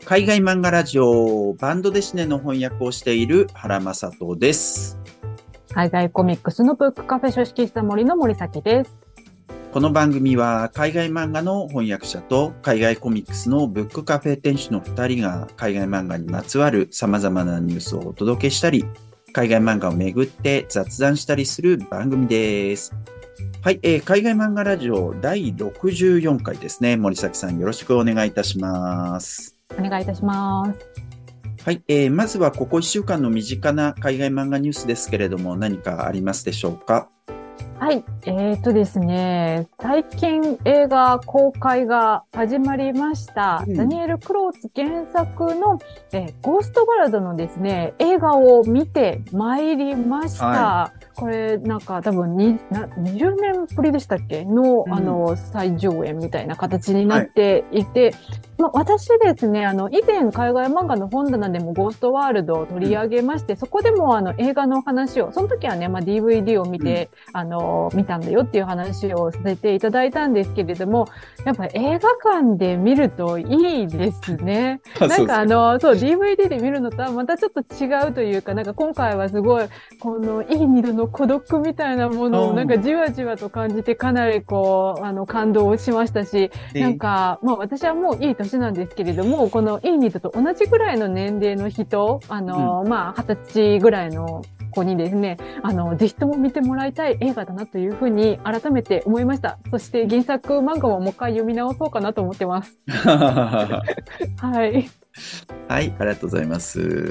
海外漫画ラジオバンドデシネの翻訳をしている原正人です。 海外コミックスのブックカフェ書式した森の森崎です。 この番組は海外漫画の翻訳者と海外コミックスのブックカフェ店主の2人が海外漫画にまつわる様々なニュースをお届けしたり、海外漫画をめぐって雑談したりする番組です。はい、海外漫画ラジオ第64回ですね。森崎さんよろしくお願いいたします。 お願いいたします。 はい、まずはここ1週間の身近な海外漫画ニュースですけれども、何かありますでしょうか？ はい。ですね、最近映画公開が始まりました。ダニエル・クローツ原作の、ゴーストバラドのですね、映画を見てまいりました。はい、これ、なんか多分20年ぶりでしたっけの、再上演みたいな形になっていて、私ですね、以前海外漫画の本棚でもゴーストワールドを取り上げまして、そこでも映画の話を、その時はね、DVD を見て、見たんだよっていう話をさせていただいたんですけれども、やっぱ映画館で見るといいですね。なんかそう、DVD で見るのとはまたちょっと違うというか、なんか今回はすごい、このいい二度の孤独みたいなものをなんかじわじわと感じてかなりこう、感動しましたし、なんか、私はもういい年なんですけれども、このいい二度と同じぐらいの年齢の人、20歳ぐらいの子にですね、ぜひとも見てもらいたい映画だなというふうに改めて思いました。そして原作漫画ももう一回読み直そうかなと思ってます。はい。 はい、ありがとうございます。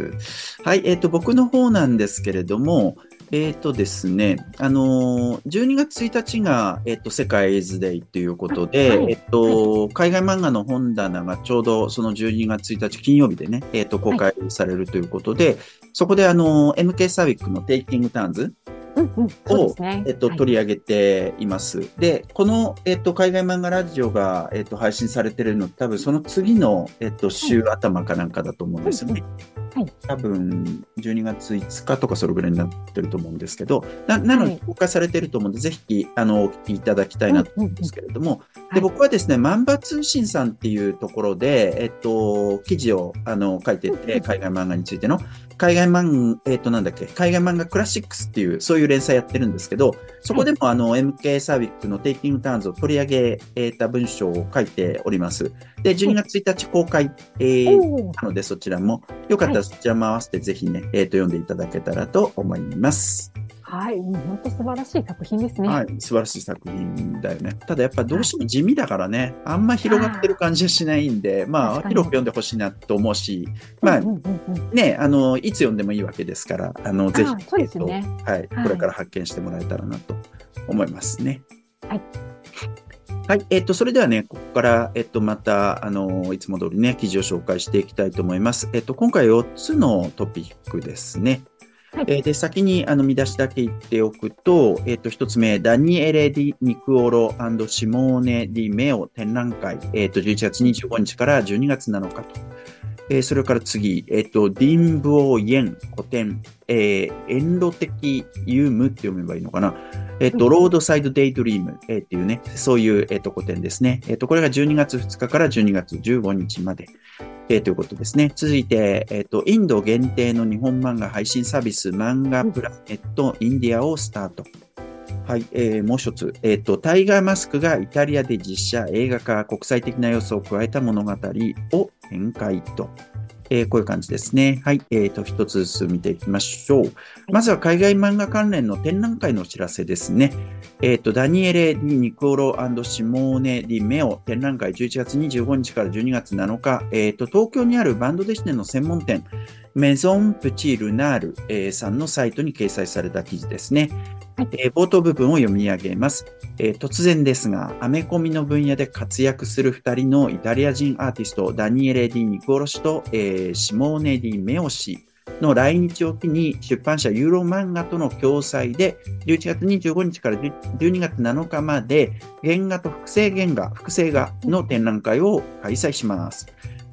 はい、僕の方なんですけれども、ですね、12月1日が、世界エイズデイということで、はい、海外漫画の本棚がちょうどその12月1日金曜日でね、公開されるということで、はい、そこでMK サービックのテイキングターンズを、取り上げています。で、この、海外漫画ラジオが、配信されているの多分その次の、週頭かなんかだと思うんですよね。はい。多分、12月5日とかそれぐらいになってると思うんですけど、なので公開されていると思うので、ぜひ、お聞きいただきたいなと思うんですけれども、で、僕はですね、万場通信さんっていうところで、記事を、書いてて、海外漫画についての、海外漫画クラシックスっていう、そういう連載やってるんですけど、そこでもMK サービックのテイキングターンズを取り上げた文章を書いております。で、12月1日公開、なのでそちらも、よかったらそちらも合わせてぜひね、読んでいただけたらと思います。 はい。本当素晴らしい作品ですね。 はい。素晴らしい作品だよね。ただやっぱどうしても地味だからね、あんま広がってる感じはしないんで、広く読んでほしいなと思うし、ね、いつ読んでもいいわけですから、ぜひ、 そうですね。 はい。これから発見してもらえたらなと思いますね。 はい。 はい。それではね、ここから、また、いつも通りね、記事を紹介していきたいと思います。今回4つのトピックですね。はい、で、先に見出しだけ言っておくと、一つ目、ダニエレ・ディ・ニクオロ&シモーネ・ディ・メオ展覧会、11月25日から12月7日と。それから次、ディンブオ・イェン古典、エンロ的ユームって読めばいいのかな。ロードサイド・デイドリーム、っていうね、そういう、古典ですね。これが12月2日から12月15日まで。ということですね。続いて、インド限定の日本漫画配信サービス、漫画プラネットインディアをスタート。はい、もう一つ、タイガーマスクがイタリアで実写、映画化、国際的な要素を加えた物語を展開と。こういう感じですね。はい。一つずつ見ていきましょう。まずは海外漫画関連の展覧会のお知らせですね。ダニエレ・ディ・ニコロ&シモーネ・ディ・メオ展覧会11月25日から12月7日、東京にあるバンドデシネの専門店、メゾン・プチ・ルナール、さんのサイトに掲載された記事ですね。冒頭部分を読み上げます。突然ですが、アメコミの分野で活躍する2人のイタリア人アーティスト、ダニエレ・ディ・ニコロ氏と、シモーネ・ディ・メオ氏の来日を機に出版社ユーロ漫画との共催で11月25日から12月7日まで原画と複製画の展覧会を開催します。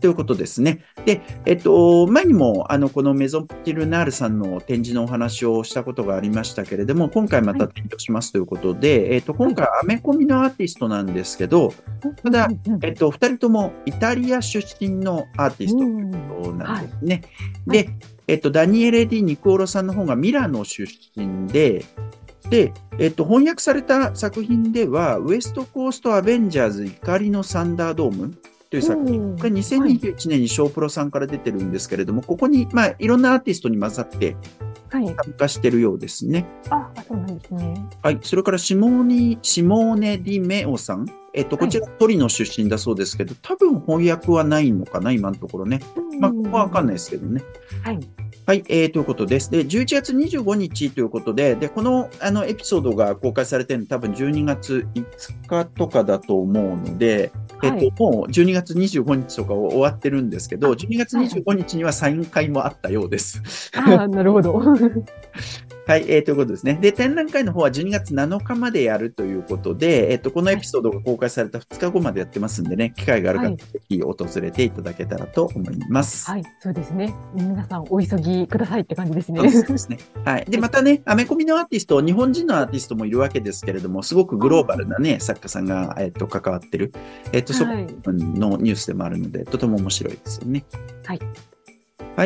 ということですね。で、前にも、このメゾンプティルナールさんの展示のお話をしたことがありましたけれども、今回また提供しますということで、今回、アメコミのアーティストなんですけど、ただ、二人ともイタリア出身のアーティストということなんですね。で、ダニエレ・ディ・ニコーロさんの方がミラノ出身で、翻訳された作品では、ウエストコースト・アベンジャーズ怒りのサンダードームという作品。これ2021年にショープロさんから出てるんですけれども、ここに、いろんなアーティストに混ざって参加してるようですね。 そうなんですね。 はい。それからシモーネ・ディ・メオさん。こちらトリノ出身だそうですけど、多分翻訳はないのかな、今のところね。ここはわかんないですけどね。はい。ということです。で、11月25日ということで、この、エピソードが公開されてるの多分12月5日とかだと思うので、もう12月25日とか終わってるんですけど、12月25日にはサイン会もあったようです。 なるほど。 はい、ということですね。で、展覧会の方は12月7日までやるということで、このエピソードが公開された2日後までやってますんでね、機会がある方、ぜひ訪れていただけたらと思います。 はい、そうですね。皆さんお急ぎくださいって感じですね。 そうですね。はい。で、またね、アメコミのアーティスト、日本人のアーティストもいるわけですけれども、すごくグローバルなね、作家さんが、関わってる、そこのニュースでもあるので、とても面白いですよね。 はい。 はい、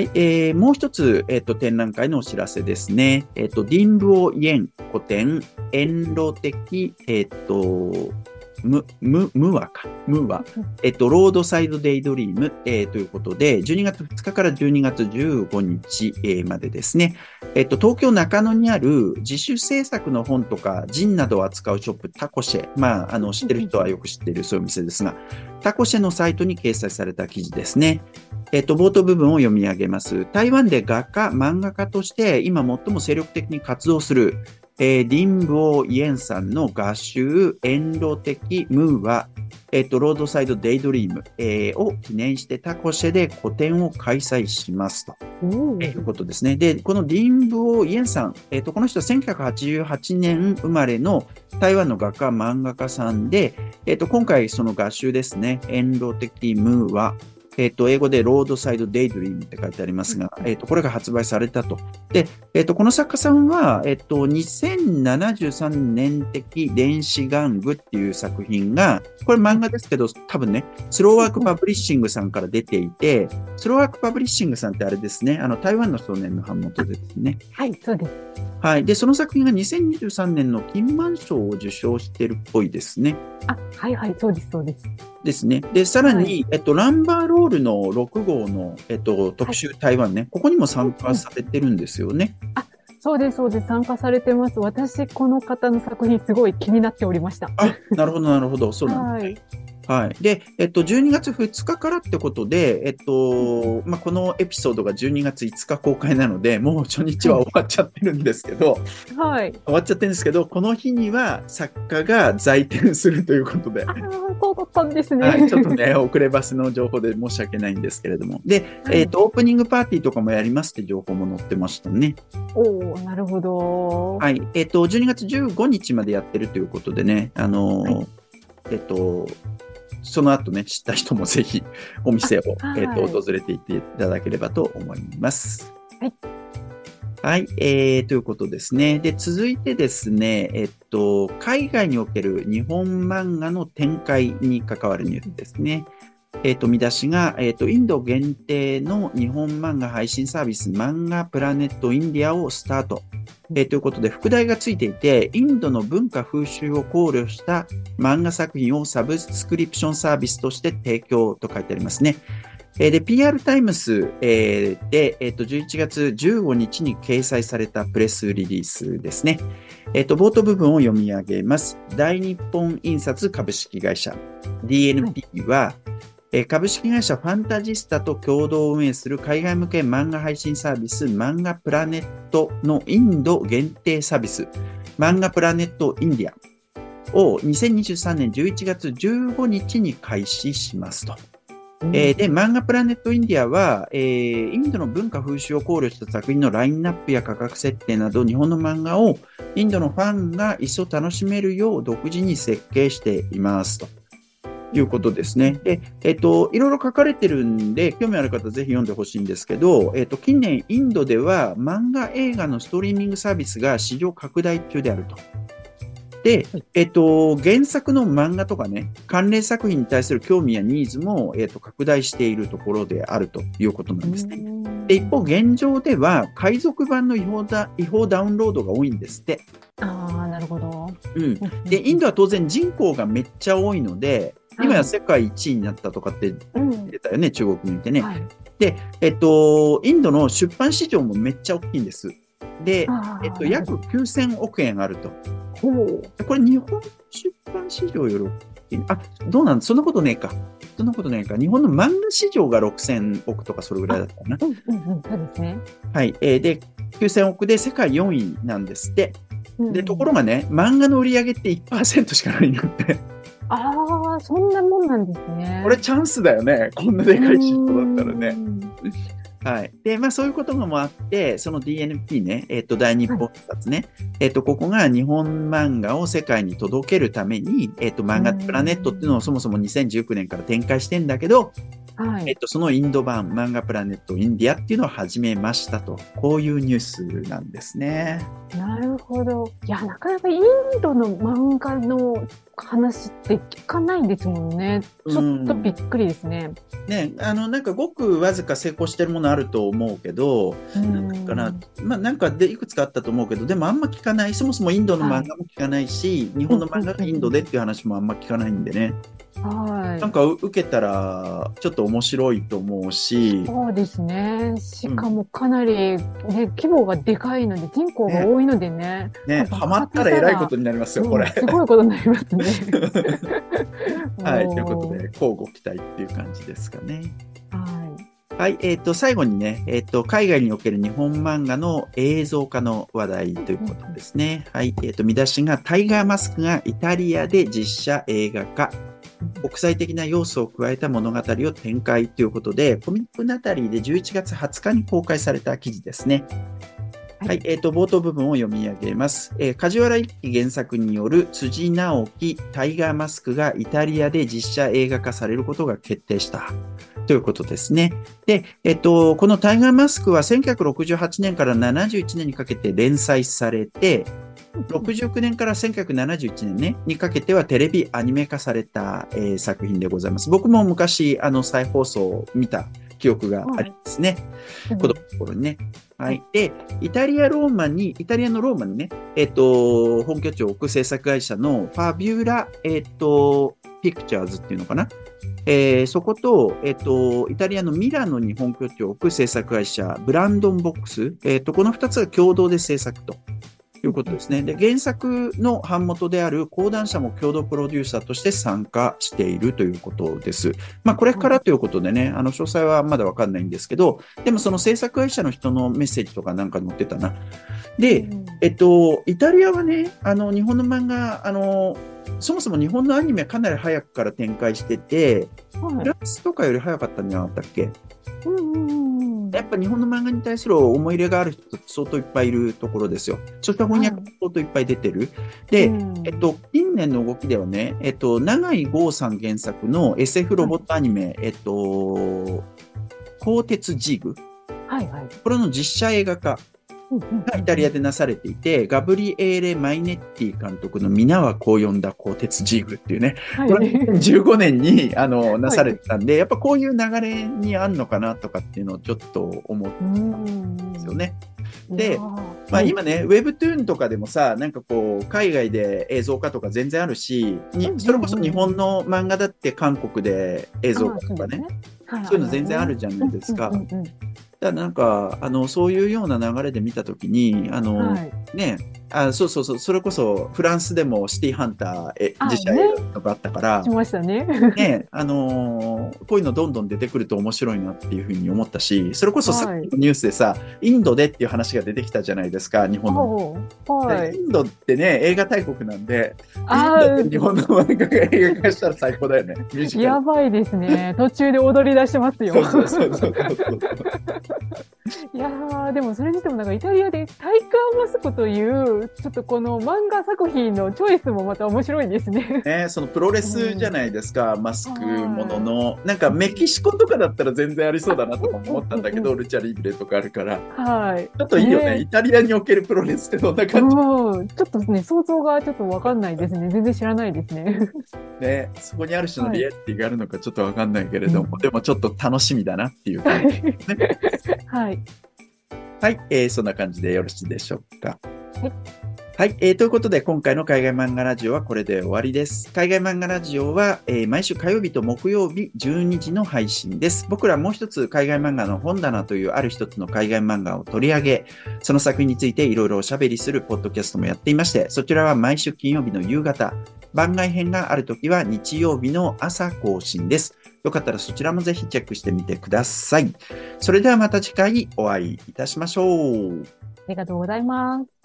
もう一つ、展覧会のお知らせですね。ディンブオ・イエン古典、遠路的、ムーア、ロードサイドデイドリーム、ということで、12月2日から12月15日、までですね。東京中野にある自主制作の本とか、ジンなどを扱うショップ、タコシェ。知ってる人はよく知っているそういう店ですが、タコシェのサイトに掲載された記事ですね。冒頭部分を読み上げます。台湾で画家、漫画家として今最も精力的に活動する、ディンブオ・イエンさんの画集、遠路的ムーは、ロードサイドデイドリーム、を記念してタコシェで個展を開催しますと。いうことですね。で、このディンブオ・イエンさん、この人は1988年生まれの台湾の画家、漫画家さんで、今回その画集ですね、遠路的ムーは、英語でロードサイドデイドリームって書いてありますが、これが発売されたと。で、この作家さんは、2073年的電子玩具っていう作品が、これ漫画ですけど、多分ね、スローワークパブリッシングさんから出ていて、スローワークパブリッシングさんってあれですね、台湾の少年の版元ですね。 はい、そうです。 はい。で、その作品が2023年の金満賞を受賞してるっぽいですね。 はいはい、そうです、そうです。 ですね。で、さらに、ランバーロールの6号の、特集台湾ね、ここにも参加されてるんですよね。 そうです、そうです。参加されてます。私、この方の作品、すごい気になっておりました。 なるほど、なるほど。そうなんですね。はい。で、12月2日からってことで、このエピソードが12月5日公開なので、もう初日は終わっちゃってるんですけど、 はい。 終わっちゃってるんですけど、この日には作家が在店するということで。 そうだったんですね。 はい。ちょっとね、遅ればせの情報で申し訳ないんですけれども。で、オープニングパーティーとかもやりますって情報も載ってましたね。 なるほど。 はい。12月15日までやってるということでね、その後ね、知った人もぜひお店を、訪れていっていただければと思います。 はい。 はい、ということですね。で、続いてですね、海外における日本漫画の展開に関わるニュースですね。見出しが、インド限定の日本漫画配信サービス、漫画プラネットインディアをスタート。ということで、副題がついていて、インドの文化風習を考慮した漫画作品をサブスクリプションサービスとして提供と書いてありますね。で、PR タイムス、で、11月15日に掲載されたプレスリリースですね。冒頭部分を読み上げます。大日本印刷株式会社 DNP は、株式会社ファンタジスタと共同運営する海外向け漫画配信サービス漫画プラネットのインド限定サービス漫画プラネットインディアを2023年11月15日に開始しますと。で、漫画プラネットインディアは、インドの文化風習を考慮した作品のラインナップや価格設定など日本の漫画をインドのファンが一層楽しめるよう独自に設計していますと。 いうことですね。で、いろいろ書かれてるんで、興味ある方ぜひ読んでほしいんですけど、近年インドでは漫画映画のストリーミングサービスが市場拡大中であると。で、原作の漫画とかね、関連作品に対する興味やニーズも、拡大しているところであるということなんですね。で、一方、現状では、海賊版の違法ダウンロードが多いんですって。 ああ、なるほど。 で、インドは当然人口がめっちゃ多いので、今や世界一位になったとかって出たよね、中国にいてね。で、インドの出版市場もめっちゃ大きいんです。で、約9000億円あると。これ日本出版市場より、どうなんそんなことねえか。日本の漫画市場が6000億とかそれぐらいだったかな。 そうですね。 はい。で、9000億で世界4位なんですって。で、ところがね、漫画の売り上げって 1% しかないんだって。 ああ、そんなもんなんですね。 これチャンスだよね。こんなでかい市場だったらね。はい。で、そういうこともあって、その DNP ね、大日本冊ね、ここが日本漫画を世界に届けるために、漫画プラネットっていうのをそもそも2019年から展開してんだけど、そのインド版漫画プラネットインディアっていうのを始めましたと。こういうニュースなんですね。 なるほど。いや、なかなかインドの漫画の話って聞かないんですもんね。ちょっとびっくりですね。 ね、なんかごくわずか成功してるものあると思うけど、なんかでいくつかあったと思うけど、でもあんま聞かない。そもそもインドの漫画も聞かないし、日本の漫画がインドでっていう話もあんま聞かないんでね。なんか受けたらちょっと面白いと思うし。 そうですね。しかもかなり、ね、規模がでかいので、人口が多いのでね。 ハマったらえらいことになりますよ、これ。 すごいことになりますね。 はい、ということで、交互期待っていう感じですかね。はい、最後にね、海外における日本漫画の映像化の話題ということですね。はい、見出しが、タイガーマスクがイタリアで実写映画化。国際的な要素を加えた物語を展開ということで、コミックナタリーで11月20日に公開された記事ですね。はい、冒頭部分を読み上げます。梶原一騎原作による辻直樹タイガーマスクがイタリアで実写映画化されることが決定した。ということですね。で、このタイガーマスクは1968年から71年にかけて連載されて、69年から1971年ね、にかけてはテレビアニメ化された、作品でございます。僕も昔、再放送を見た記憶がありますね。子供の頃にね。はい。で、イタリアのローマにね、本拠地を置く制作会社のファビュラ、ピクチャーズっていうのかな。そこと、イタリアのミラノに本拠地を置く制作会社、ブランドンボックス、この2つが共同で制作と。いうことですね。で、原作の版元である講談社も共同プロデューサーとして参加しているということです。これからということでね、詳細はまだわかんないんですけど、でもその制作会社の人のメッセージとかなんか載ってたな。で、イタリアはね、日本の漫画、そもそも日本のアニメかなり早くから展開してて、フランスとかより早かったんじゃなかったっけ？やっぱ日本の漫画に対する思い入れがある人って相当いっぱいいるところですよ。そういった翻訳も相当いっぱい出てる。で、近年の動きではね、永井豪さん原作の SF ロボットアニメ、鋼鉄ジーグ。これの実写映画化がイタリアでなされていて、ガブリエーレ・マイネッティ監督の皆はこう呼んだ鋼鉄ジーグっていうね、これ2015年になされてたんで、やっぱこういう流れにあんのかなとかっていうのをちょっと思うんですよね。で、今ね、ウェブトゥーンとかでもさ、なんかこう、海外で映像化とか全然あるし、それこそ日本の漫画だって韓国で映像化とかね、そういうの全然あるじゃないですか。だからなんか、そういうような流れで見たときに、ね、それこそフランスでもシティハンター実写映画とかあったから、 しましたね。 ね、こういうのどんどん出てくると面白いなっていうふうに思ったし、それこそさっきのニュースでさ、インドでっていう話が出てきたじゃないですか、日本の。インドってね、映画大国なんで、インドって日本の漫画が映画化したら最高だよね。 やばいですね。途中で踊り出しますよ。 そう。 いやー、でもそれにしてもなんかイタリアでタイガーマスクという、ちょっとこの漫画作品のチョイスもまた面白いですね。 ね、そのプロレうスじゃん。 ないですか、マスクものはの。なんかメキシコとかだったら全然ありそい。あ、 うだなとか思ったんだけど、 うん。 ルチャリブレとかあるから。 はい。 ちょっといいよね。 ねイタリアにおけるプロレスってどんな感じ？ うん。ちょっとね、想像がちょっとわかんないですね。全然知らないですね。 ね、そこにある種のはい。 リアリティがあるのかちょっとわかんないけれども、 うん。 でもちょっと楽しみだなっていう感じですね。 はい。 はい、そんな感じでよろしいでしょうか。 はい。 はい、ということで今回の海外漫画ラジオはこれで終わりです。海外漫画ラジオは、毎週火曜日と木曜日12時の配信です。僕らもう一つ海外漫画の本棚というある一つの海外漫画を取り上げ、その作品についていろいろおしゃべりするポッドキャストもやっていまして、そちらは毎週金曜日の夕方、番外編があるときは日曜日の朝更新です。よかったらそちらもぜひチェックしてみてください。それではまた次回お会いいたしましょう。 ありがとうございます。